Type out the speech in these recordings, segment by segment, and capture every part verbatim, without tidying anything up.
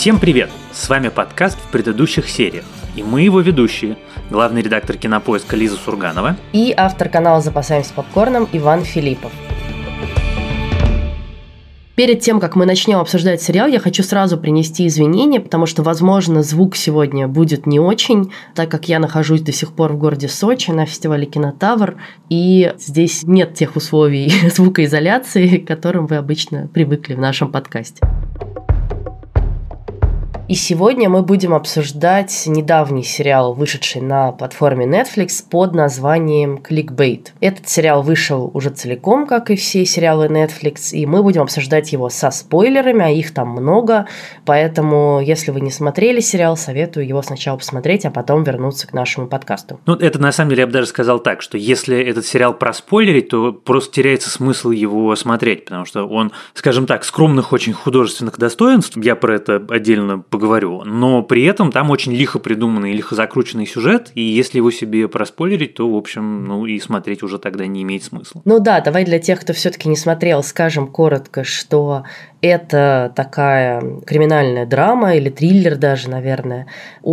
Всем привет! С вами подкаст в предыдущих сериях. И мы его ведущие. Главный редактор Кинопоиска Лиза Сурганова. И автор канала «Запасаемся попкорном» Иван Филиппов. Перед тем, как мы начнем обсуждать сериал, я хочу сразу принести извинения, потому что, возможно, звук сегодня будет не очень, так как я нахожусь до сих пор в городе Сочи на фестивале «Кинотавр», и здесь нет тех условий звукоизоляции, к которым вы обычно привыкли в нашем подкасте. И сегодня мы будем обсуждать недавний сериал, вышедший на платформе Netflix под названием «Кликбейт». Этот сериал вышел уже целиком, как и все сериалы Netflix, и мы будем обсуждать его со спойлерами, а их там много, поэтому, если вы не смотрели сериал, советую его сначала посмотреть, а потом вернуться к нашему подкасту. Ну, это на самом деле я бы даже сказал так, что если этот сериал проспойлерить, то просто теряется смысл его смотреть, потому что он, скажем так, скромных очень художественных достоинств, я про это отдельно поговорю, говорю, но при этом там очень лихо придуманный, лихо закрученный сюжет, и если его себе проспойлерить, то, в общем, ну и смотреть уже тогда не имеет смысла. Ну да, давай для тех, кто все-таки не смотрел, скажем коротко, что это такая криминальная драма или триллер даже, наверное,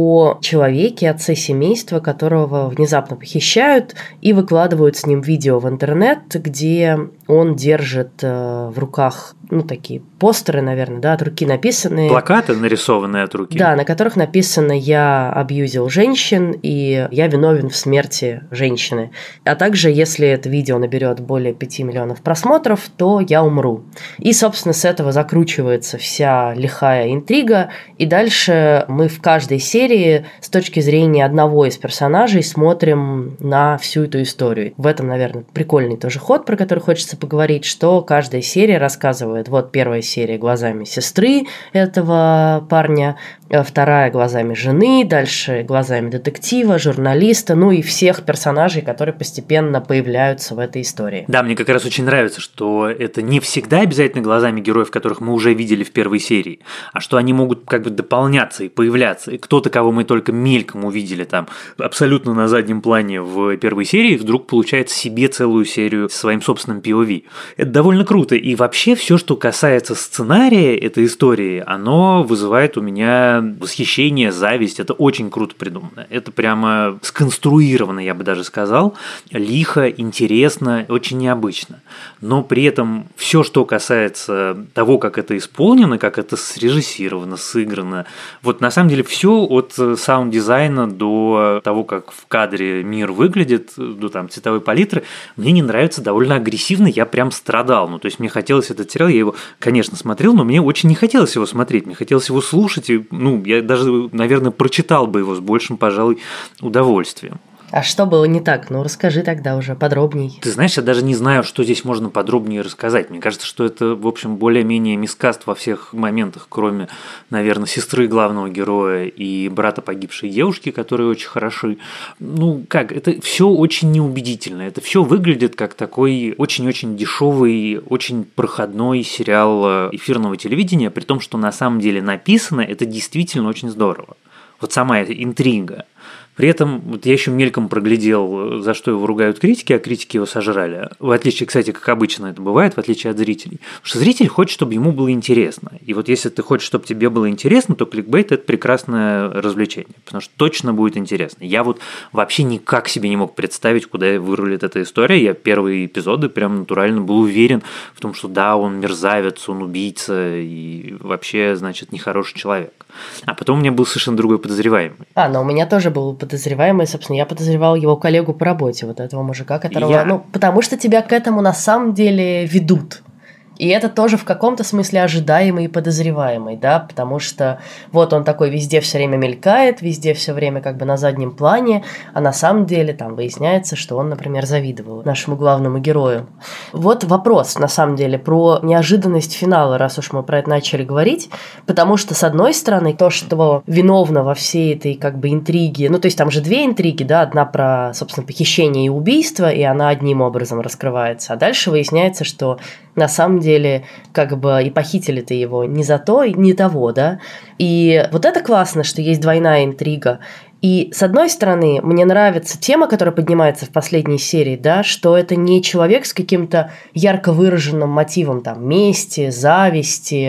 о человеке, отце семейства, которого внезапно похищают и выкладывают с ним видео в интернет, где он держит в руках, ну, такие постеры, наверное, да, от руки написанные. Плакаты, нарисованные от руки. Да, на которых написано «Я абьюзил женщин» и «Я виновен в смерти женщины». А также, если это видео наберет более пяти миллионов просмотров, то «Я умру». И, собственно, с этого закручивается вся лихая интрига, и дальше мы в каждой серии с точки зрения одного из персонажей смотрим на всю эту историю. В этом, наверное, прикольный тоже ход, про который хочется поговорить, что каждая серия рассказывает, вот первая серия глазами сестры этого парня, вторая глазами жены, дальше глазами детектива, журналиста, ну и всех персонажей, которые постепенно появляются в этой истории. Да, мне как раз очень нравится, что это не всегда обязательно глазами героев, которых мы уже видели в первой серии, а что они могут как бы дополняться и появляться. И кто-то, кого мы только мельком увидели там абсолютно на заднем плане в первой серии, вдруг получает себе целую серию со своим собственным пи о ви. Это довольно круто. И вообще все, что касается сценария этой истории, оно вызывает у меня восхищение, зависть. Это очень круто придумано. Это прямо сконструировано, я бы даже сказал. Лихо, интересно, очень необычно. Но при этом все, что касается того, как это исполнено, как это срежиссировано, сыграно, вот на самом деле все от саунд-дизайна до того, как в кадре мир выглядит, до там цветовой палитры, мне не нравится довольно агрессивно, я прям страдал. Ну, то есть мне хотелось этот сериал, я его, конечно, смотрел, но мне очень не хотелось его смотреть, мне хотелось его слушать, и, ну, я даже, наверное, прочитал бы его с большим, пожалуй, удовольствием. А что было не так? Ну, расскажи тогда уже подробней. Ты знаешь, я даже не знаю, что здесь можно подробнее рассказать. Мне кажется, что это, в общем, более-менее мискаст во всех моментах, кроме, наверное, сестры главного героя и брата погибшей девушки, которые очень хороши. Ну, как, это все очень неубедительно. Это все выглядит как такой очень-очень дешевый, очень проходной сериал эфирного телевидения, при том, что на самом деле написано это действительно очень здорово. Вот сама эта интрига. При этом вот я еще мельком проглядел, за что его ругают критики, а критики его сожрали. В отличие, кстати, как обычно это бывает, в отличие от зрителей. Потому что зритель хочет, чтобы ему было интересно. И вот если ты хочешь, чтобы тебе было интересно, то кликбейт – это прекрасное развлечение. Потому что точно будет интересно. Я вот вообще никак себе не мог представить, куда вырулит эта история. Я первые эпизоды прям натурально был уверен в том, что да, он мерзавец, он убийца и вообще, значит, нехороший человек. А потом у меня был совершенно другой подозреваемый. А, но у меня тоже был подозреваемый, собственно, я подозревал его коллегу по работе, вот этого мужика, которого... Я... Ну, потому что тебя к этому на самом деле ведут. И это тоже в каком-то смысле ожидаемый и подозреваемый, да, потому что вот он такой везде все время мелькает, везде все время как бы на заднем плане, а на самом деле там выясняется, что он, например, завидовал нашему главному герою. Вот вопрос, на самом деле, про неожиданность финала, раз уж мы про это начали говорить, потому что, с одной стороны, то, что виновно во всей этой как бы интриге, ну, то есть там же две интриги, да, одна про, собственно, похищение и убийство, и она одним образом раскрывается, а дальше выясняется, что на самом деле, как бы и похитили-то его не за то, не того, да. И вот это классно, что есть двойная интрига. И, с одной стороны, мне нравится тема, которая поднимается в последней серии, да, что это не человек с каким-то ярко выраженным мотивом там, мести, зависти,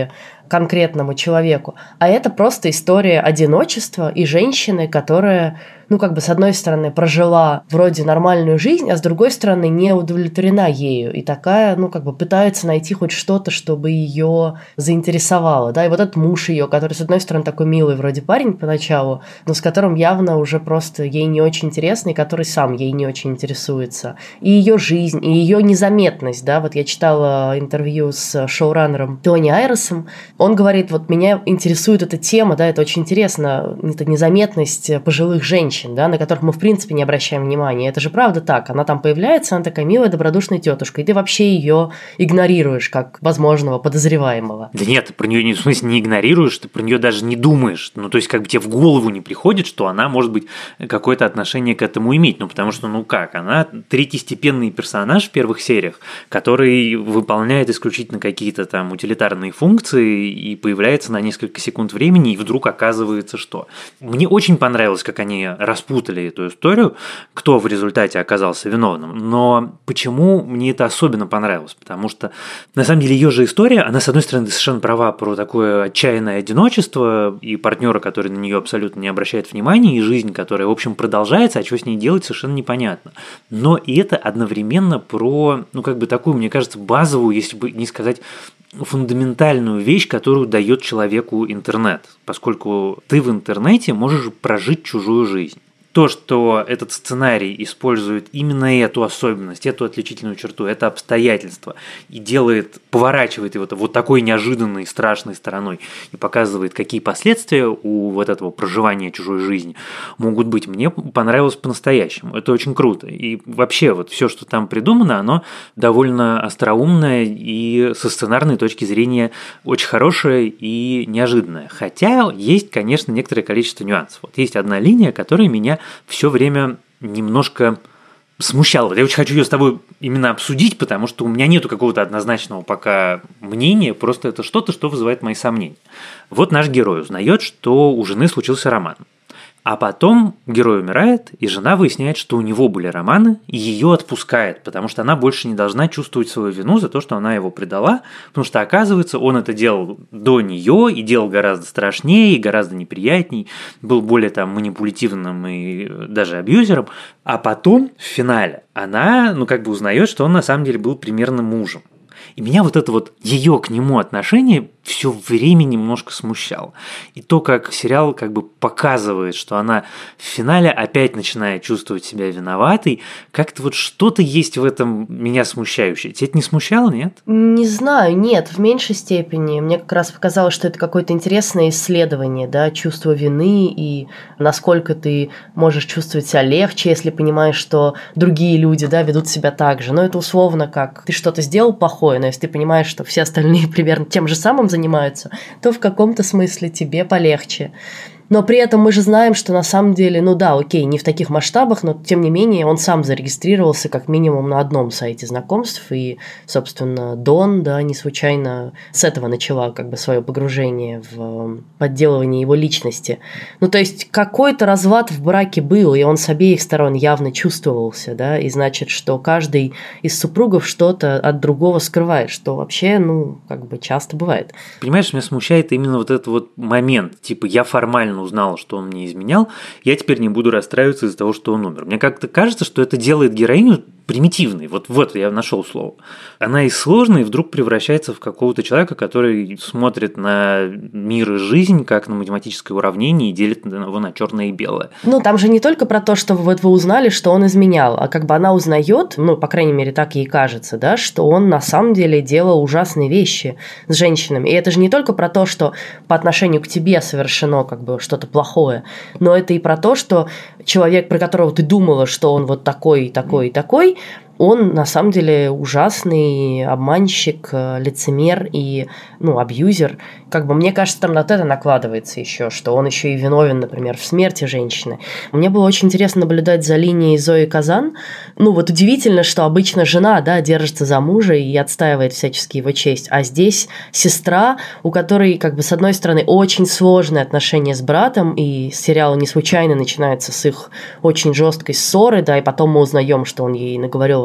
конкретному человеку, а это просто история одиночества и женщины, которая, ну, как бы, с одной стороны, прожила вроде нормальную жизнь, а с другой стороны, не удовлетворена ею. И такая, ну, как бы, пытается найти хоть что-то, чтобы ее заинтересовало, да. И вот этот муж ее, который, с одной стороны, такой милый вроде парень поначалу, но с которым явно уже просто ей не очень интересно, и который сам ей не очень интересуется. И ее жизнь, и ее незаметность, да. Вот я читала интервью с шоураннером Тони Айросом. Он говорит, вот меня интересует эта тема, да, это очень интересно, это незаметность пожилых женщин, да, на которых мы в принципе не обращаем внимания. Это же правда так. Она там появляется, она такая милая, добродушная тетушка, и ты вообще ее игнорируешь как возможного подозреваемого. Да нет, ты про нее, в смысле, не игнорируешь, ты про нее даже не думаешь. Ну, то есть, как бы тебе в голову не приходит, что она может быть какое-то отношение к этому иметь. Ну, потому что, ну как, она третьестепенный персонаж в первых сериях, который выполняет исключительно какие-то там утилитарные функции и появляется на несколько секунд времени, и вдруг оказывается, что. Мне очень понравилось, как они распутали эту историю, кто в результате оказался виновным. Но почему мне это особенно понравилось? Потому что, на самом деле, ее же история, она, с одной стороны, совершенно права про такое отчаянное одиночество и партнера, который на нее абсолютно не обращает внимания, и жизнь, которая, в общем, продолжается, а что с ней делать, совершенно непонятно. Но и это одновременно про, ну, как бы такую, мне кажется, базовую, если бы не сказать, фундаментальную вещь, которую дает человеку интернет, поскольку ты в интернете можешь прожить чужую жизнь. То, что этот сценарий использует именно эту особенность, эту отличительную черту, это обстоятельство, и делает, поворачивает его вот такой неожиданной, страшной стороной и показывает, какие последствия у вот этого проживания чужой жизни могут быть, мне понравилось по-настоящему. Это очень круто. И вообще вот все, что там придумано, оно довольно остроумное и со сценарной точки зрения очень хорошее и неожиданное. Хотя есть, конечно, некоторое количество нюансов. Вот есть одна линия, которая меня все время немножко смущало. Я очень хочу ее с тобой именно обсудить, потому что у меня нету какого-то однозначного пока мнения, просто это что-то, что вызывает мои сомнения. Вот наш герой узнает, что у жены случился роман. А потом герой умирает, и жена выясняет, что у него были романы, и ее отпускает, потому что она больше не должна чувствовать свою вину за то, что она его предала, потому что, оказывается, он это делал до нее, и делал гораздо страшнее, и гораздо неприятней, был более там манипулятивным и даже абьюзером, а потом в финале она, ну, как бы узнает, что он на самом деле был примерно мужем. И меня вот это вот ее к нему отношение все время немножко смущало. И то, как сериал как бы показывает, что она в финале опять начинает чувствовать себя виноватой, как-то вот что-то есть в этом меня смущающее. Тебя это не смущало, нет? Не знаю, нет, в меньшей степени. Мне как раз показалось, что это какое-то интересное исследование, да, чувство вины и насколько ты можешь чувствовать себя легче, если понимаешь, что другие люди, да, ведут себя так же. Но это условно как ты что-то сделал плохое, но если ты понимаешь, что все остальные примерно тем же самым занимаются, то в каком-то смысле тебе полегче. Но при этом мы же знаем, что на самом деле, ну да, окей, не в таких масштабах, но тем не менее он сам зарегистрировался как минимум на одном сайте знакомств, и, собственно, Дон, да, не случайно с этого начала как бы свое погружение в подделывание его личности. Ну, то есть какой-то разлад в браке был, и он с обеих сторон явно чувствовался, да, и значит, что каждый из супругов что-то от другого скрывает, что вообще, ну, как бы часто бывает. Понимаешь, меня смущает именно вот этот вот момент, типа я формально узнала, что он мне изменял, я теперь не буду расстраиваться из-за того, что он умер. Мне как-то кажется, что это делает героиню примитивной. Вот, вот я нашел слово. Она из сложной вдруг превращается в какого-то человека, который смотрит на мир и жизнь как на математическое уравнение и делит его на черное и белое. Ну, там же не только про то, что вот вы узнали, что он изменял, а как бы она узнает, ну, по крайней мере, так ей кажется, да, что он на самом деле делал ужасные вещи с женщинами. И это же не только про то, что по отношению к тебе совершено как бы что-то плохое, но это и про то, что человек, про которого ты думала, что он вот такой, такой, такой, он на самом деле ужасный обманщик, лицемер и, ну, абьюзер. Как бы мне кажется, там на это накладывается еще, что он еще и виновен, например, в смерти женщины. Мне было очень интересно наблюдать за линией Зои Казан. Ну, вот удивительно, что обычно жена, да, держится за мужа и отстаивает всячески его честь, а здесь сестра, у которой, как бы, с одной стороны, очень сложные отношения с братом, и сериал не случайно начинается с их очень жесткой ссоры, да, и потом мы узнаем, что он ей наговорил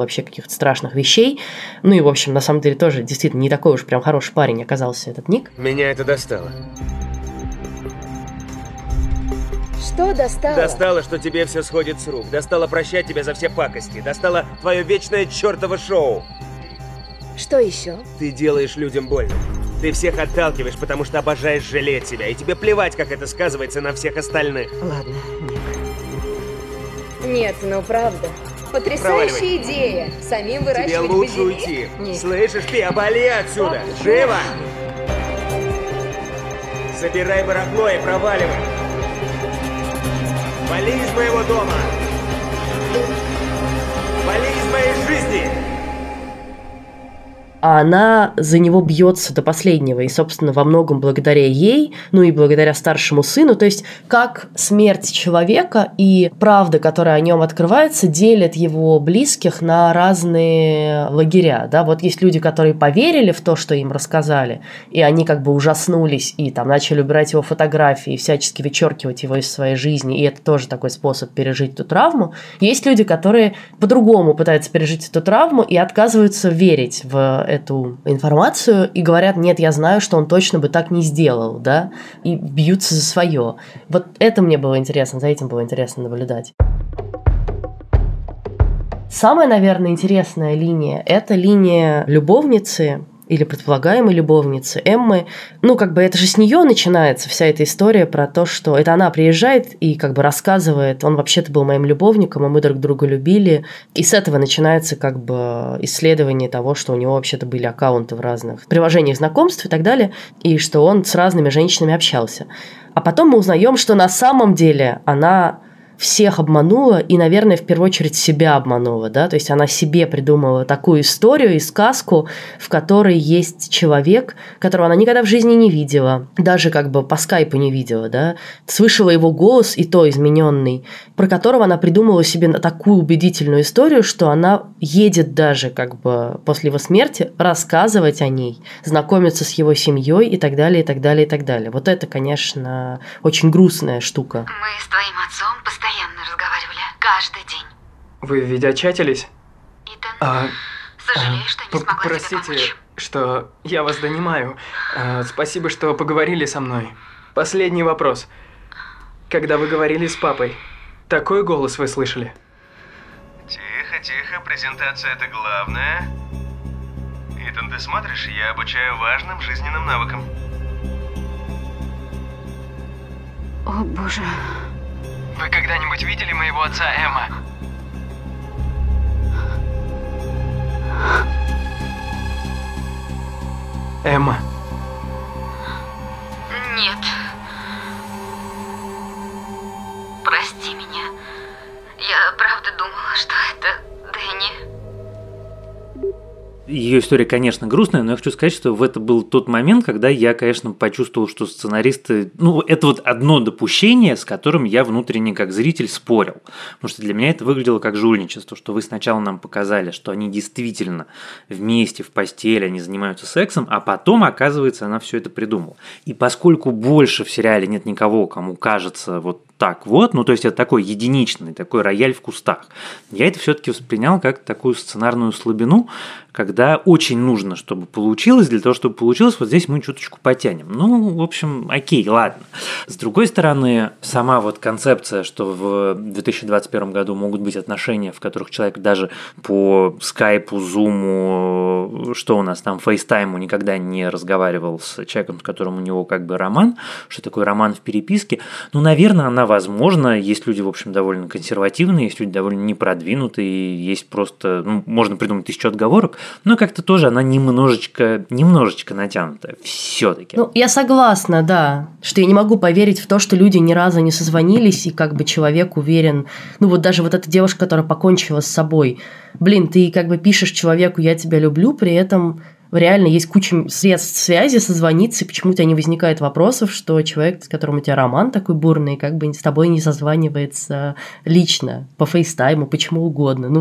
вообще каких-то страшных вещей. Ну и, в общем, на самом деле тоже действительно не такой уж прям хороший парень оказался этот Ник. Меня это достало. Что достало? Достало, что тебе все сходит с рук. Достало прощать тебя за все пакости. Достало твое вечное чертово шоу. Что еще? Ты делаешь людям больно. Ты всех отталкиваешь, потому что обожаешь жалеть себя. И тебе плевать, как это сказывается на всех остальных. Ладно, Ник. Нет, ну правда. Потрясающая идея. Самим выращивать тебе лучше базилик. уйти. Ник. Слышишь, ты, обали отсюда. Живо! Собирай барахло и проваливай. Вали из моего дома! Вали из моей жизни! А она за него бьется до последнего, и, собственно, во многом благодаря ей, ну и благодаря старшему сыну, то есть как смерть человека и правда, которая о нем открывается, делят его близких на разные лагеря, да, вот есть люди, которые поверили в то, что им рассказали, и они как бы ужаснулись, и там начали убирать его фотографии, и всячески вычеркивать его из своей жизни, и это тоже такой способ пережить эту травму. Есть люди, которые по-другому пытаются пережить эту травму и отказываются верить в эту информацию и говорят, нет, я знаю, что он точно бы так не сделал, да, и бьются за свое. Вот это мне было интересно, за этим было интересно наблюдать. Самая, наверное, интересная линия – это линия любовницы, или предполагаемой любовницы Эммы. Ну, как бы это же с нее начинается вся эта история про то, что это она приезжает и как бы рассказывает, он вообще-то был моим любовником, а мы друг друга любили. И с этого начинается как бы исследование того, что у него вообще-то были аккаунты в разных приложениях знакомств и так далее, и что он с разными женщинами общался. А потом мы узнаем, что на самом деле она всех обманула и, наверное, в первую очередь себя обманула, да, то есть она себе придумала такую историю и сказку, в которой есть человек, которого она никогда в жизни не видела, даже как бы по скайпу не видела, да, слышала его голос, и то измененный, про которого она придумала себе такую убедительную историю, что она едет даже как бы после его смерти рассказывать о ней, знакомиться с его семьей и так далее, и так далее, и так далее. Вот это, конечно, очень грустная штука. Мы с твоим отцом постоянно разговаривали каждый день. Вы ведь отчатились? Итан, А, сожалею, а, что не смогла тебе простите, помочь. что я вас донимаю. А, спасибо, что поговорили со мной. Последний вопрос. Когда вы говорили с папой, такой голос вы слышали? Тихо, тихо, презентация это главное. Итан, ты смотришь? Я обучаю важным жизненным навыкам. О, боже. Вы когда-нибудь видели моего отца, Эмма? Эмма. Нет. Прости меня. Я правда думала, что это Дэнни. Ее история, конечно, грустная, но я хочу сказать, что в это был тот момент, когда я, конечно, почувствовал, что сценаристы... Ну, это вот одно допущение, с которым я внутренне как зритель спорил. Потому что для меня это выглядело как жульничество, что вы сначала нам показали, что они действительно вместе в постели, они занимаются сексом, а потом, оказывается, она все это придумала. И поскольку больше в сериале нет никого, кому кажется вот так вот, ну то есть это такой единичный, такой рояль в кустах, я это все-таки воспринял как такую сценарную слабину, когда очень нужно, чтобы получилось, для того, чтобы получилось, вот здесь мы чуточку потянем. Ну, в общем, окей, ладно. С другой стороны, сама вот концепция, что в две тысячи двадцать первом году могут быть отношения, в которых человек даже по скайпу, зуму, что у нас там, фейстайму никогда не разговаривал с человеком, с которым у него как бы роман, что такое роман в переписке, ну, наверное, она возможна. Есть люди, в общем, довольно консервативные, есть люди довольно непродвинутые, есть просто, ну, можно придумать тысячу отговорок, но как-то тоже она немножечко, немножечко натянутая все-таки. Ну, я согласна, да, что я не могу поверить в то, что люди ни разу не созвонились, и как бы человек уверен, ну вот даже вот эта девушка, которая покончила с собой, блин, ты как бы пишешь человеку «я тебя люблю», при этом реально есть куча средств связи, созвониться, и почему-то не возникает вопросов, что человек, с которым у тебя роман такой бурный, как бы с тобой не созванивается лично, по фейстайму, почему угодно. Ну, так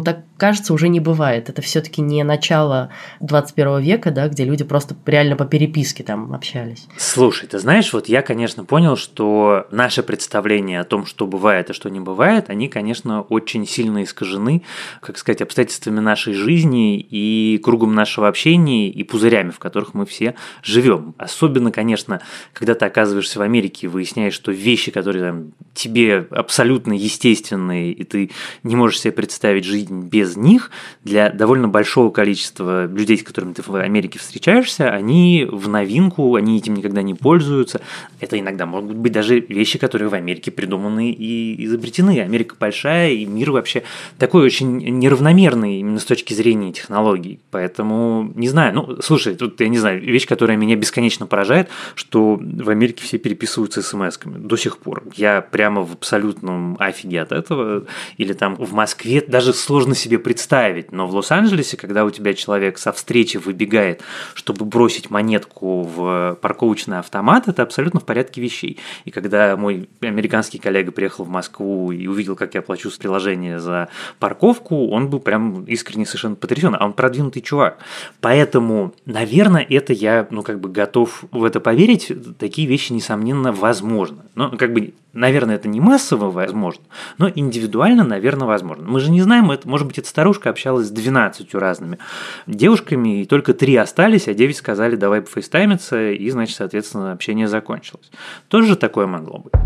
кажется, уже не бывает. Это все-таки не начало двадцать первого века, да, где люди просто реально по переписке там общались. Слушай, ты знаешь, вот я, конечно, понял, что наше представление о том, что бывает и что не бывает, они, конечно, очень сильно искажены, как сказать, обстоятельствами нашей жизни и кругом нашего общения и пузырями, в которых мы все живем. Особенно, конечно, когда ты оказываешься в Америке и выясняешь, что вещи, которые там, тебе абсолютно естественные, и ты не можешь себе представить жизнь без них, для довольно большого количества людей, с которыми ты в Америке встречаешься, они в новинку, они этим никогда не пользуются. Это иногда могут быть даже вещи, которые в Америке придуманы и изобретены. Америка большая, и мир вообще такой очень неравномерный именно с точки зрения технологий. Поэтому, не знаю, ну, слушай, тут, я не знаю, вещь, которая меня бесконечно поражает, что в Америке все переписываются смс-ками до сих пор. Я прямо в абсолютном афиге от этого. Или там в Москве даже сложно себе представить, но в Лос-Анджелесе, когда у тебя человек со встречи выбегает, чтобы бросить монетку в парковочный автомат, это абсолютно в порядке вещей. И когда мой американский коллега приехал в Москву и увидел, как я плачу с приложения за парковку, он был прям искренне совершенно потрясен, а он продвинутый чувак. Поэтому, наверное, это я, ну, как бы готов в это поверить, такие вещи, несомненно, возможны. Но, как бы, наверное, это не массово возможно, но индивидуально, наверное, возможно. Мы же не знаем, это, может быть, эта старушка общалась с двенадцатью разными девушками, и только три остались, а девять сказали, давай пофейстаймиться, и, значит, соответственно, общение закончилось. Тоже такое могло быть.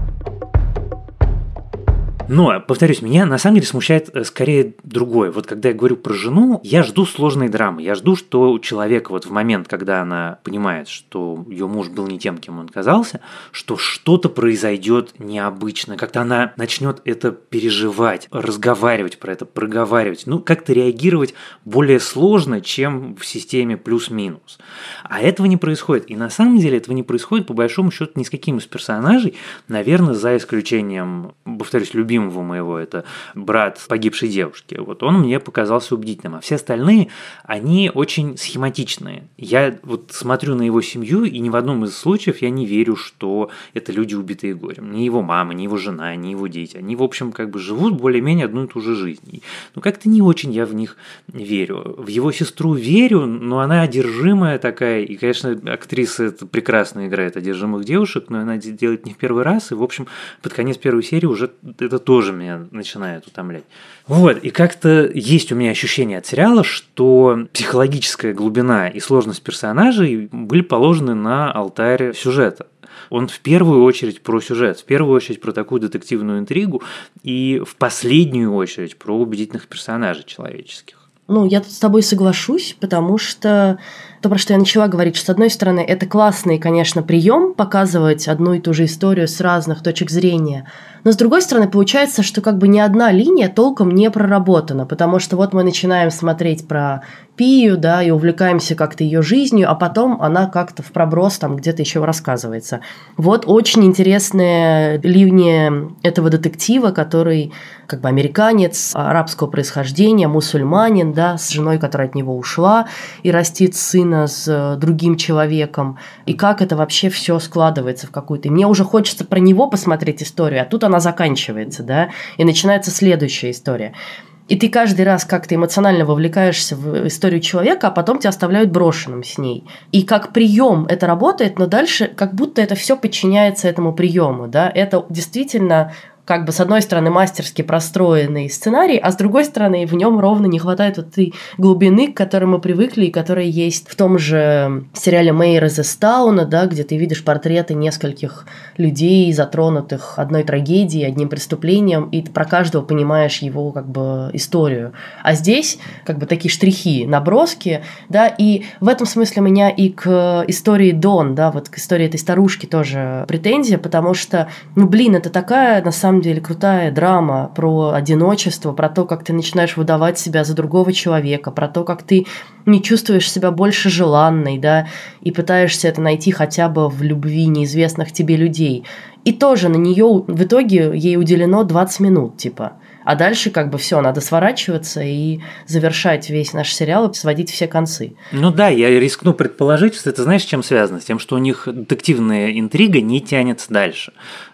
Но, повторюсь, меня на самом деле смущает скорее другое. Вот когда я говорю про жену, я жду сложной драмы. Я жду, что человек вот в момент, когда она понимает, что ее муж был не тем, кем он казался, что что-то произойдет необычно, как-то она начнет это переживать, разговаривать про это, проговаривать, ну, как-то реагировать более сложно, чем в системе плюс-минус. А этого не происходит. И на самом деле этого не происходит, по большому счету, ни с каким из персонажей, наверное, за исключением, повторюсь, любимого моего, это брат погибшей девушки. Вот он мне показался убедительным. А все остальные, они очень схематичные. Я вот смотрю на его семью, и ни в одном из случаев я не верю, что это люди, убитые горем. Ни его мама, ни его жена, ни его дети. Они, в общем, как бы живут более-менее одну и ту же жизнь. И, ну, как-то не очень я в них верю. В его сестру верю, но она одержимая такая. И, конечно, актриса это прекрасно играет одержимых девушек, но она делает не в первый раз. И, в общем, под конец первой серии уже это тоже меня начинает утомлять. Вот, и как-то есть у меня ощущение от сериала, что психологическая глубина и сложность персонажей были положены на алтарь сюжета. Он в первую очередь про сюжет, в первую очередь про такую детективную интригу и в последнюю очередь про убедительных персонажей человеческих. Ну, я тут с тобой соглашусь, потому что то, про что я начала говорить, что, с одной стороны, это классный, конечно, прием показывать одну и ту же историю с разных точек зрения, но, с другой стороны, получается, что как бы ни одна линия толком не проработана, потому что вот мы начинаем смотреть про Пию, да, и увлекаемся как-то ее жизнью, а потом она как-то в проброс там где-то еще рассказывается. Вот очень интересная линия этого детектива, который как бы американец, арабского происхождения, мусульманин, да, с женой, которая от него ушла, и растит сына с другим человеком, и как это вообще все складывается в какую-то... И мне уже хочется про него посмотреть историю, а тут она заканчивается, да, и начинается следующая история. И ты каждый раз как-то эмоционально вовлекаешься в историю человека, а потом тебя оставляют брошенным с ней. И как прием это работает, но дальше как будто это все подчиняется этому приему, да, это действительно... как бы с одной стороны мастерски простроенный сценарий, а с другой стороны в нем ровно не хватает вот этой глубины, к которой мы привыкли и которая есть в том же сериале «Мэйр из Эстауна», да, где ты видишь портреты нескольких людей, затронутых одной трагедией, одним преступлением, и ты про каждого понимаешь его как бы историю. А здесь как бы такие штрихи, наброски, да, и в этом смысле у меня и к истории Дон, да, вот к истории этой старушки тоже претензия, потому что, ну, блин, это такая, на самом деле, крутая драма про одиночество, про то, как ты начинаешь выдавать себя за другого человека, про то, как ты не чувствуешь себя больше желанной, да, и пытаешься это найти хотя бы в любви неизвестных тебе людей. И тоже на нее в итоге ей уделено двадцать минут, типа. А дальше как бы все, надо сворачиваться и завершать весь наш сериал и сводить все концы. Ну да, я рискну предположить, что это знаешь, с чем связано? С тем, что у них детективная интрига не тянется дальше.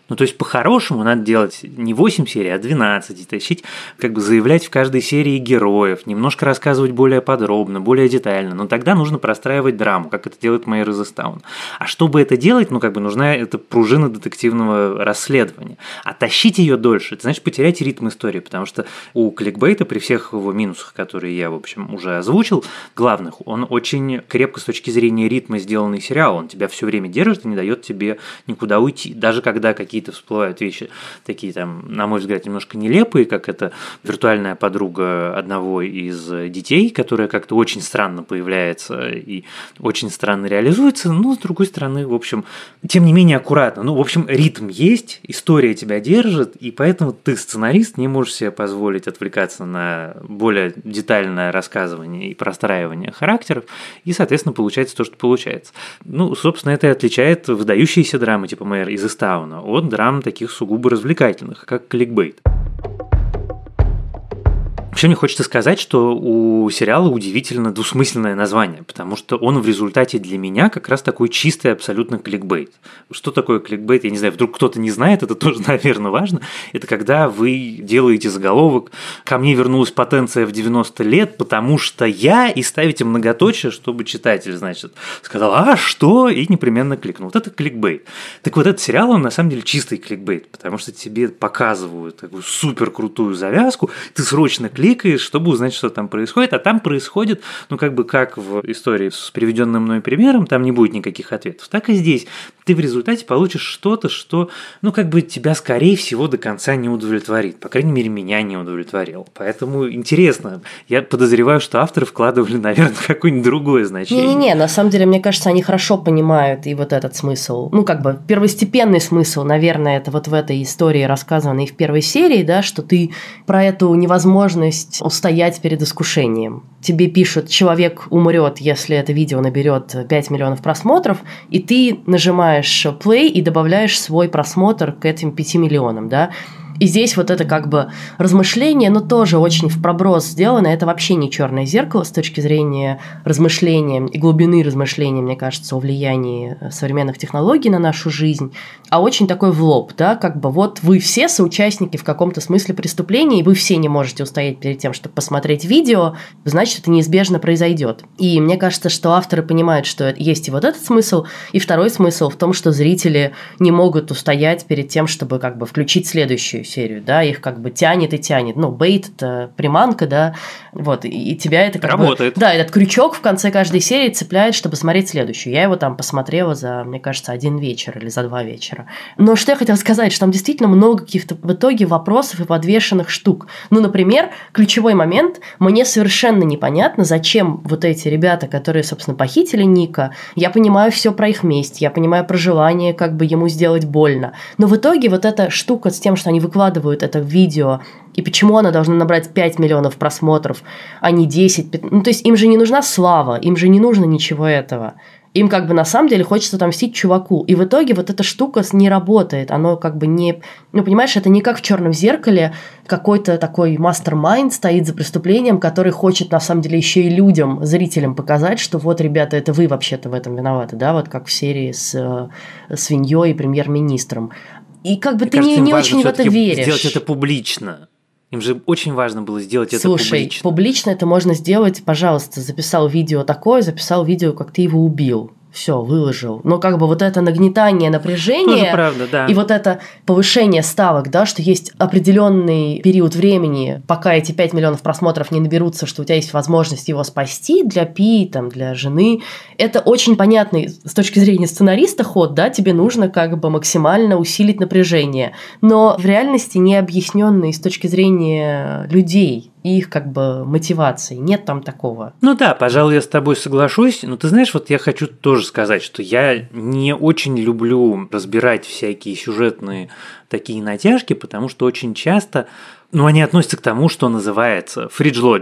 Ну, то есть, по-хорошему надо делать не восемь серий, а двенадцать, и тащить, как бы заявлять в каждой серии героев, немножко рассказывать более подробно, более детально, но тогда нужно простраивать драму, как это делает Мэйр из Истауна. А чтобы это делать, ну, как бы нужна эта пружина детективного расследования. А тащить ее дольше, это значит потерять ритм истории, потому что у кликбейта, при всех его минусах, которые я, в общем, уже озвучил, главных, он очень крепко с точки зрения ритма сделанный сериал, он тебя все время держит и не дает тебе никуда уйти, даже когда какие какие-то всплывают вещи, такие там, на мой взгляд, немножко нелепые, как это виртуальная подруга одного из детей, которая как-то очень странно появляется и очень странно реализуется, но, с другой стороны, в общем, тем не менее аккуратно. Ну, в общем, ритм есть, история тебя держит, и поэтому ты, сценарист, не можешь себе позволить отвлекаться на более детальное рассказывание и простраивание характеров, и, соответственно, получается то, что получается. Ну, собственно, это и отличает выдающиеся драмы типа Мэйр из Истауна от драм таких сугубо развлекательных, как кликбейт. Вообще мне хочется сказать, что у сериала удивительно двусмысленное название, потому что он в результате для меня как раз такой чистый абсолютно кликбейт. Что такое кликбейт? Я не знаю, вдруг кто-то не знает, это тоже, наверное, важно. Это когда вы делаете заголовок «Ко мне вернулась потенция в девяносто лет, потому что я» и ставите многоточие, чтобы читатель, значит, сказал «А, что?» и непременно кликнул. Вот это кликбейт. Так вот, этот сериал, он на самом деле чистый кликбейт, потому что тебе показывают такую супер крутую завязку, ты срочно кликаешь, кликаешь, чтобы узнать, что там происходит, а там происходит, ну, как бы как в истории с приведенным мной примером, там не будет никаких ответов, так и здесь. Ты в результате получишь что-то, что, ну, как бы тебя, скорее всего, до конца не удовлетворит. По крайней мере, меня не удовлетворил. Поэтому интересно. Я подозреваю, что авторы вкладывали, наверное, какое-нибудь другое значение. Не-не-не, на самом деле, мне кажется, они хорошо понимают и вот этот смысл. Ну, как бы первостепенный смысл, наверное, это вот в этой истории, рассказанной в первой серии, да, что ты про эту невозможность устоять перед искушением. Тебе пишут, человек умрет, если это видео наберет пять миллионов просмотров, и ты нажимаешь play и добавляешь свой просмотр к этим пяти миллионам, да. И здесь вот это как бы размышление, но тоже очень в проброс сделано. Это вообще не черное зеркало с точки зрения размышления и глубины размышления, мне кажется, о влиянии современных технологий на нашу жизнь, а очень такой в лоб, да, как бы вот вы все соучастники в каком-то смысле преступления, и вы все не можете устоять перед тем, чтобы посмотреть видео, значит, это неизбежно произойдет. И мне кажется, что авторы понимают, что есть и вот этот смысл, и второй смысл в том, что зрители не могут устоять перед тем, чтобы как бы включить следующую серию, да, их как бы тянет и тянет. Ну, бейт – это приманка, да, вот, и, и тебя это как работает. бы… Да, этот крючок в конце каждой серии цепляет, чтобы смотреть следующую. Я его там посмотрела за, мне кажется, один вечер или за два вечера. Но что я хотела сказать, что там действительно много каких-то в итоге вопросов и подвешенных штук. Ну, например, ключевой момент, мне совершенно непонятно, зачем вот эти ребята, которые, собственно, похитили Ника, я понимаю все про их месть, я понимаю про желание как бы ему сделать больно, но в итоге вот эта штука с тем, что они выкладывают это в видео, и почему она должна набрать пять миллионов просмотров, а не десять, пятнадцать. Ну, то есть им же не нужна слава, им же не нужно ничего этого. Им как бы на самом деле хочется отомстить чуваку. И в итоге вот эта штука не работает. Оно как бы не… Ну, понимаешь, это не как в «Черном зеркале». Какой-то такой мастер-майнд стоит за преступлением, который хочет на самом деле еще и людям, зрителям показать, что вот, ребята, это вы вообще-то в этом виноваты. Да, вот как в серии с э, свиньей и премьер-министром. И как бы Мне ты кажется, не, не очень в это веришь. Сделать это публично. Им же очень важно было сделать это Слушай, публично. Слушай, публично это можно сделать, пожалуйста, записал видео такое, записал видео, как ты его убил. Все, выложил. Но как бы вот это нагнетание напряжения Тоже правда, да. И вот это повышение ставок, да, что есть определенный период времени, пока эти пять миллионов просмотров не наберутся, что у тебя есть возможность его спасти для Пи, там, для жены. Это очень понятный с точки зрения сценариста ход, да, тебе нужно как бы максимально усилить напряжение. Но в реальности не объясненный с точки зрения людей и их как бы мотивации. Нет там такого. Ну да, пожалуй, я с тобой соглашусь. Но ты знаешь, вот я хочу тоже сказать, что я не очень люблю разбирать всякие сюжетные такие натяжки, потому что очень часто, ну, они относятся к тому, что называется fridge logic.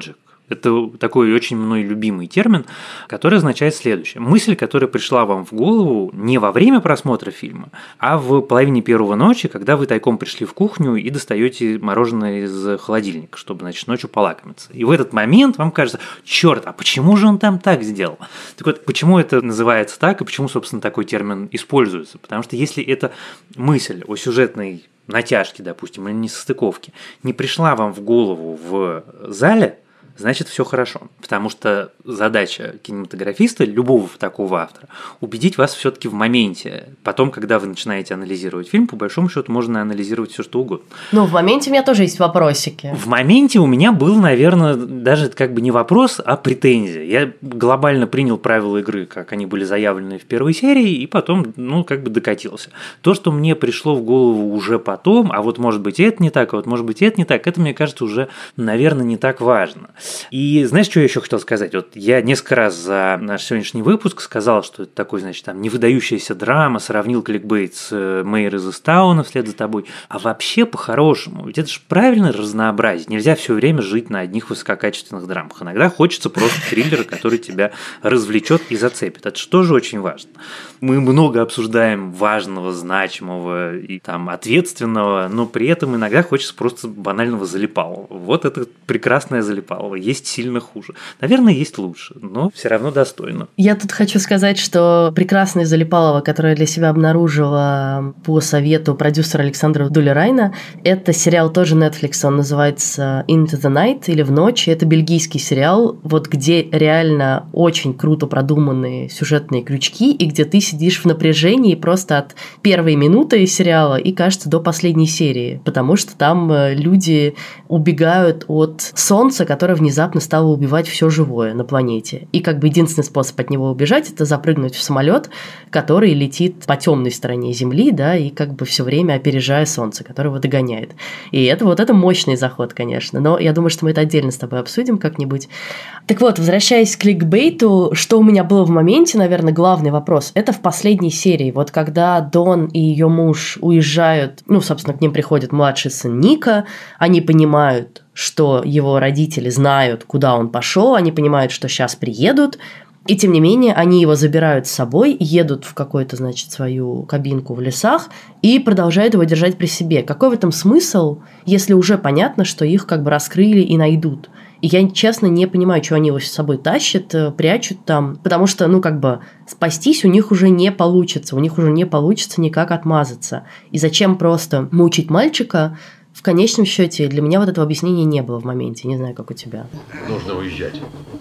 Это такой очень мной любимый термин, который означает следующее. Мысль, которая пришла вам в голову не во время просмотра фильма, а в половине первого ночи, когда вы тайком пришли в кухню и достаете мороженое из холодильника, чтобы, значит, ночью полакомиться. И в этот момент вам кажется, черт, а почему же он там так сделал? Так вот, почему это называется так и почему, собственно, такой термин используется? Потому что если эта мысль о сюжетной натяжке, допустим, или несостыковке не пришла вам в голову в зале, значит, все хорошо. Потому что задача кинематографиста, любого такого автора, убедить вас все-таки в моменте. Потом, когда вы начинаете анализировать фильм, по большому счету можно анализировать все что угодно. Ну, в моменте у меня тоже есть вопросики. В моменте у меня был, наверное, даже как бы не вопрос, а претензия. Я глобально принял правила игры, как они были заявлены в первой серии, и потом, ну, как бы докатился. То, что мне пришло в голову уже потом, а вот может быть это не так, а вот может быть это не так, это, мне кажется, уже, наверное, не так важно. И знаешь, что я еще хотел сказать? Вот я несколько раз за наш сегодняшний выпуск сказал, что это такой, значит, там, невыдающаяся драма, сравнил кликбейт с Мэйр из Истауна вслед за тобой. А вообще, по-хорошему, ведь это же правильно разнообразить. Нельзя все время жить на одних высококачественных драмах. Иногда хочется просто триллера, который тебя развлечет и зацепит. Это же тоже очень важно. Мы много обсуждаем важного, значимого и там ответственного, но при этом иногда хочется просто банального залипалого. Вот это прекрасное залипалово. Есть сильно хуже. Наверное, есть лучше, но все равно достойно. Я тут хочу сказать, что прекрасное залипалово, которое я для себя обнаружила по совету продюсера Александра Дули-Райна, это сериал тоже Netflix, он называется Into the Night или В ночь. Это бельгийский сериал, вот где реально очень круто продуманные сюжетные крючки, и где ты сидишь в напряжении просто от первой минуты сериала и, кажется, до последней серии, потому что там люди убегают от солнца, которое внезапно стало убивать все живое на планете. И как бы единственный способ от него убежать – это запрыгнуть в самолет, который летит по темной стороне Земли, да, и как бы все время опережая солнце, которое его догоняет. И это вот это мощный заход, конечно. Но я думаю, что мы это отдельно с тобой обсудим как-нибудь. Так вот, возвращаясь к кликбейту, что у меня было в моменте, наверное, главный вопрос – это в последней серии. Вот когда Дон и ее муж уезжают, ну, собственно, к ним приходит младший сын Ника, они понимают, что его родители знают, куда он пошел, они понимают, что сейчас приедут, и тем не менее они его забирают с собой, едут в какую-то, значит, свою кабинку в лесах и продолжают его держать при себе. Какой в этом смысл, если уже понятно, что их как бы раскрыли и найдут? И я, честно, не понимаю, что они его с собой тащат, прячут там, потому что, ну, как бы, спастись у них уже не получится, у них уже не получится никак отмазаться. И зачем просто мучить мальчика? В конечном счете, для меня вот этого объяснения не было в моменте. Не знаю, как у тебя. Нужно уезжать.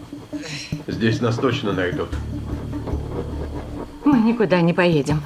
Здесь нас точно найдут. Мы никуда не поедем.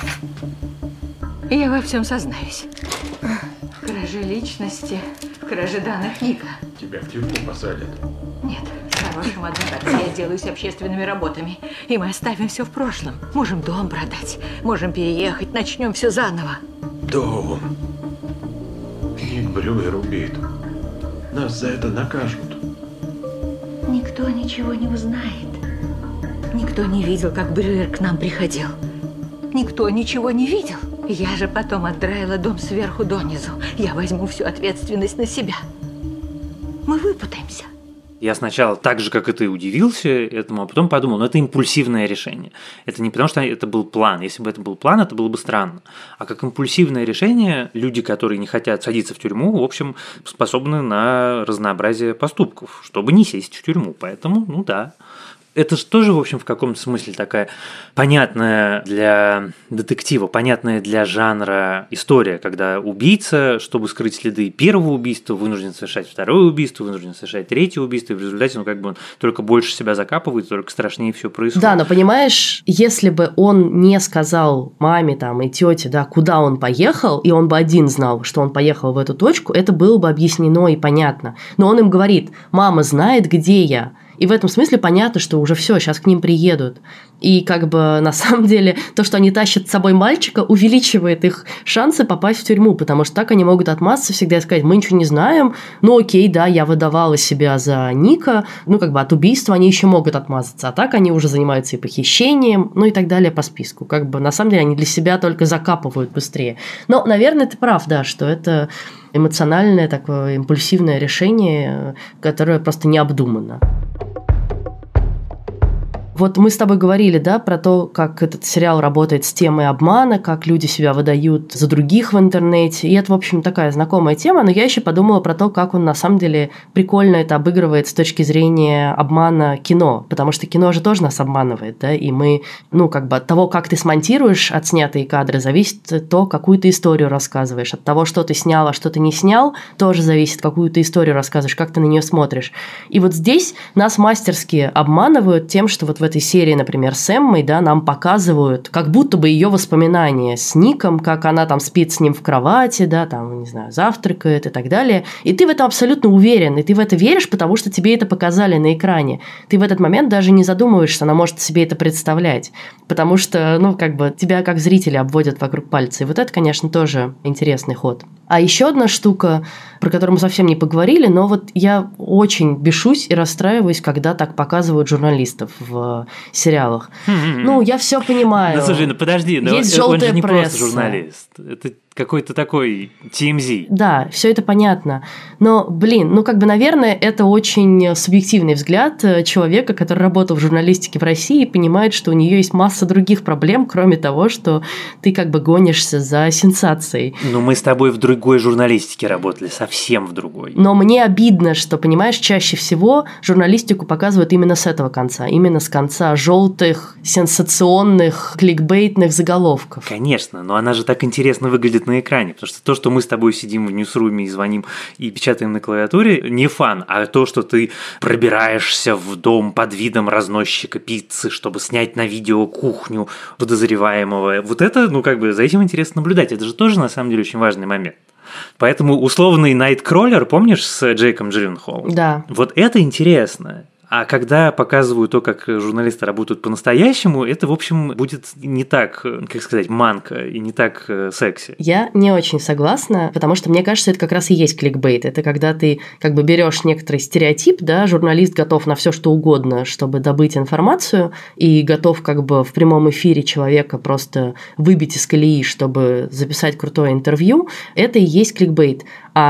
Я во всем сознаюсь. В краже личности, в краже данных Ника. Тебя в тюрьму посадят. Нет, с хорошим адвокатом я делаюсь общественными работами. И мы оставим все в прошлом. Можем дом продать, можем переехать, начнем все заново. Дом. Ник Брюер убит. Нас за это накажут. Никто ничего не узнает. Никто не видел, как Брюер к нам приходил. Никто ничего не видел. Я же потом отдраила дом сверху донизу. Я возьму всю ответственность на себя. Мы выпутаемся. Я сначала так же, как и ты, удивился этому, а потом подумал, ну это импульсивное решение. Это не потому, что это был план. Если бы это был план, это было бы странно. А как импульсивное решение, люди, которые не хотят садиться в тюрьму, в общем, способны на разнообразие поступков, чтобы не сесть в тюрьму. Поэтому, ну да. Это же тоже, в общем, в каком-то смысле такая понятная для детектива, понятная для жанра история, когда убийца, чтобы скрыть следы первого убийства, вынужден совершать второе убийство, вынужден совершать третье убийство, и в результате, ну, как бы он только больше себя закапывает, только страшнее все происходит. Да, но понимаешь, если бы он не сказал маме там и тете, да, куда он поехал, и он бы один знал, что он поехал в эту точку, это было бы объяснено и понятно. Но он им говорит: мама знает, где я. И в этом смысле понятно, что уже все, сейчас к ним приедут. И как бы на самом деле то, что они тащат с собой мальчика, увеличивает их шансы попасть в тюрьму, потому что так они могут отмазаться всегда и сказать: мы ничего не знаем, ну окей, да, я выдавала себя за Ника, ну как бы от убийства они еще могут отмазаться, а так они уже занимаются и похищением, ну и так далее по списку. Как бы на самом деле они для себя только закапывают быстрее. Но, наверное, ты прав, да, что это эмоциональное такое импульсивное решение, которое просто не обдумано. Вот мы с тобой говорили, да, про то, как этот сериал работает с темой обмана, как люди себя выдают за других в интернете. И это, в общем, такая знакомая тема, но я еще подумала про то, как он на самом деле прикольно это обыгрывает с точки зрения обмана кино. Потому что кино же тоже нас обманывает, да, и мы, ну, как бы от того, как ты смонтируешь отснятые кадры, зависит то, какую ты историю рассказываешь. От того, что ты снял, а что ты не снял, тоже зависит, какую ты историю рассказываешь, как ты на нее смотришь. И вот здесь нас мастерски обманывают тем, что вот в этой серии, например, с Эммой, да, нам показывают как будто бы ее воспоминания с Ником, как она там спит с ним в кровати, да, там, не знаю, завтракает и так далее. И ты в этом абсолютно уверен, и ты в это веришь, потому что тебе это показали на экране. Ты в этот момент даже не задумываешься, она может себе это представлять, потому что, ну, как бы тебя как зрителя обводят вокруг пальца. И вот это, конечно, тоже интересный ход. А еще одна штука, про которую мы совсем не поговорили, но вот я очень бешусь и расстраиваюсь, когда так показывают журналистов в сериалах. Mm-hmm. Ну, я все понимаю. Ну, слушай, ну подожди, но есть он же не пресса. Просто журналист. Это какой-то такой ти эм зет. Да, все это понятно. Но, блин, ну как бы, наверное, это очень субъективный взгляд человека, который работал в журналистике в России и понимает, что у нее есть масса других проблем, кроме того, что ты как бы гонишься за сенсацией. Ну, мы с тобой в другой журналистике работали, совсем в другой. Но мне обидно, что, понимаешь, чаще всего журналистику показывают именно с этого конца, именно с конца желтых, сенсационных, кликбейтных заголовков. Конечно, но она же так интересно выглядит на экране, потому что то, что мы с тобой сидим в ньюсруме и звоним и печатаем на клавиатуре, не фан, а то, что ты пробираешься в дом под видом разносчика пиццы, чтобы снять на видео кухню подозреваемого, вот это, ну как бы за этим интересно наблюдать, это же тоже на самом деле очень важный момент. Поэтому условный Найткроллер, помнишь, с Джейком Джилленхолом? Да. Вот это интересно. А когда показывают то, как журналисты работают по-настоящему, это, в общем, будет не так, как сказать, манко и не так секси. Я не очень согласна, потому что мне кажется, это как раз и есть кликбейт. Это когда ты как бы берешь некоторый стереотип, да, журналист готов на все что угодно, чтобы добыть информацию, и готов как бы в прямом эфире человека просто выбить из колеи, чтобы записать крутое интервью. Это и есть кликбейт.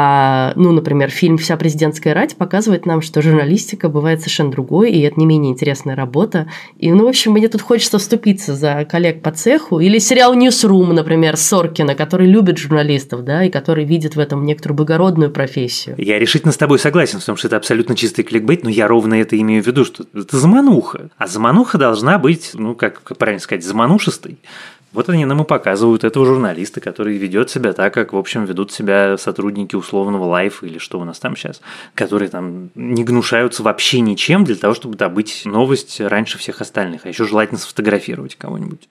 А, ну, например, фильм «Вся президентская рать» показывает нам, что журналистика бывает совершенно другой, и это не менее интересная работа. И, ну, в общем, мне тут хочется вступиться за коллег по цеху. Или сериал «Ньюсрум», например, Соркина, который любит журналистов, да, и который видит в этом некоторую благородную профессию. Я решительно с тобой согласен в том, что это абсолютно чистый кликбейт, но я ровно это имею в виду, что это замануха. А замануха должна быть, ну, как, как правильно сказать, заманушистой. Вот они нам и показывают этого журналиста, который ведет себя так, как, в общем, ведут себя сотрудники условного лайфа или что у нас там сейчас, которые там не гнушаются вообще ничем для того, чтобы добыть новость раньше всех остальных, а еще желательно сфотографировать кого-нибудь.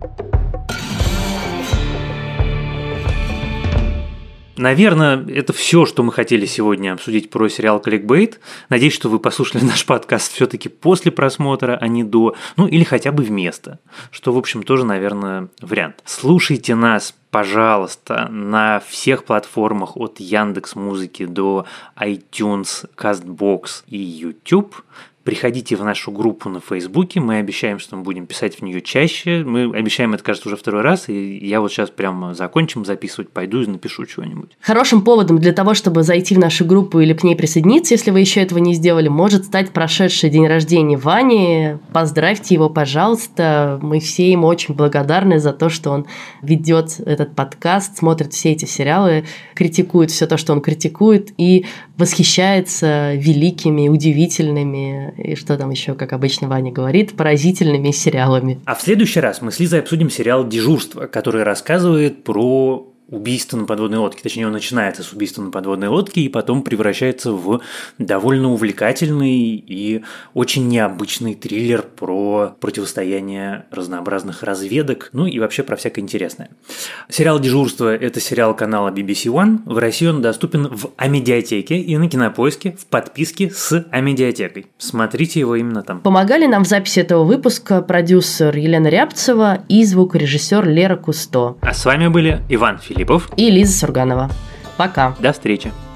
Наверное, это все, что мы хотели сегодня обсудить про сериал «Кликбейт». Надеюсь, что вы послушали наш подкаст все-таки после просмотра, а не до, ну или хотя бы вместо, что, в общем, тоже, наверное, вариант. Слушайте нас, пожалуйста, на всех платформах от Яндекс.Музыки до iTunes, Castbox и YouTube. Приходите в нашу группу на Фейсбуке, мы обещаем, что мы будем писать в нее чаще, мы обещаем это, кажется, уже второй раз, и я вот сейчас прямо закончим записывать, пойду и напишу чего-нибудь. Хорошим поводом для того, чтобы зайти в нашу группу или к ней присоединиться, если вы еще этого не сделали, может стать прошедший день рождения Вани. Поздравьте его, пожалуйста, мы все ему очень благодарны за то, что он ведет этот подкаст, смотрит все эти сериалы, критикует все то, что он критикует, и восхищается великими, удивительными, и что там еще, как обычно Ваня говорит, поразительными сериалами. А в следующий раз мы с Лизой обсудим сериал «Дежурство», который рассказывает про убийство на подводной лодке. Точнее, он начинается с убийства на подводной лодке и потом превращается в довольно увлекательный и очень необычный триллер про противостояние разнообразных разведок, ну и вообще про всякое интересное. Сериал «Дежурство» – это сериал канала би би си One. В России он доступен в Амедиатеке и на Кинопоиске в подписке с Амедиатекой. Смотрите его именно там. Помогали нам в записи этого выпуска продюсер Елена Рябцева и звукорежиссер Лера Кусто. А с вами были Иван Филиппов и Лиза Сурганова. Пока. До встречи.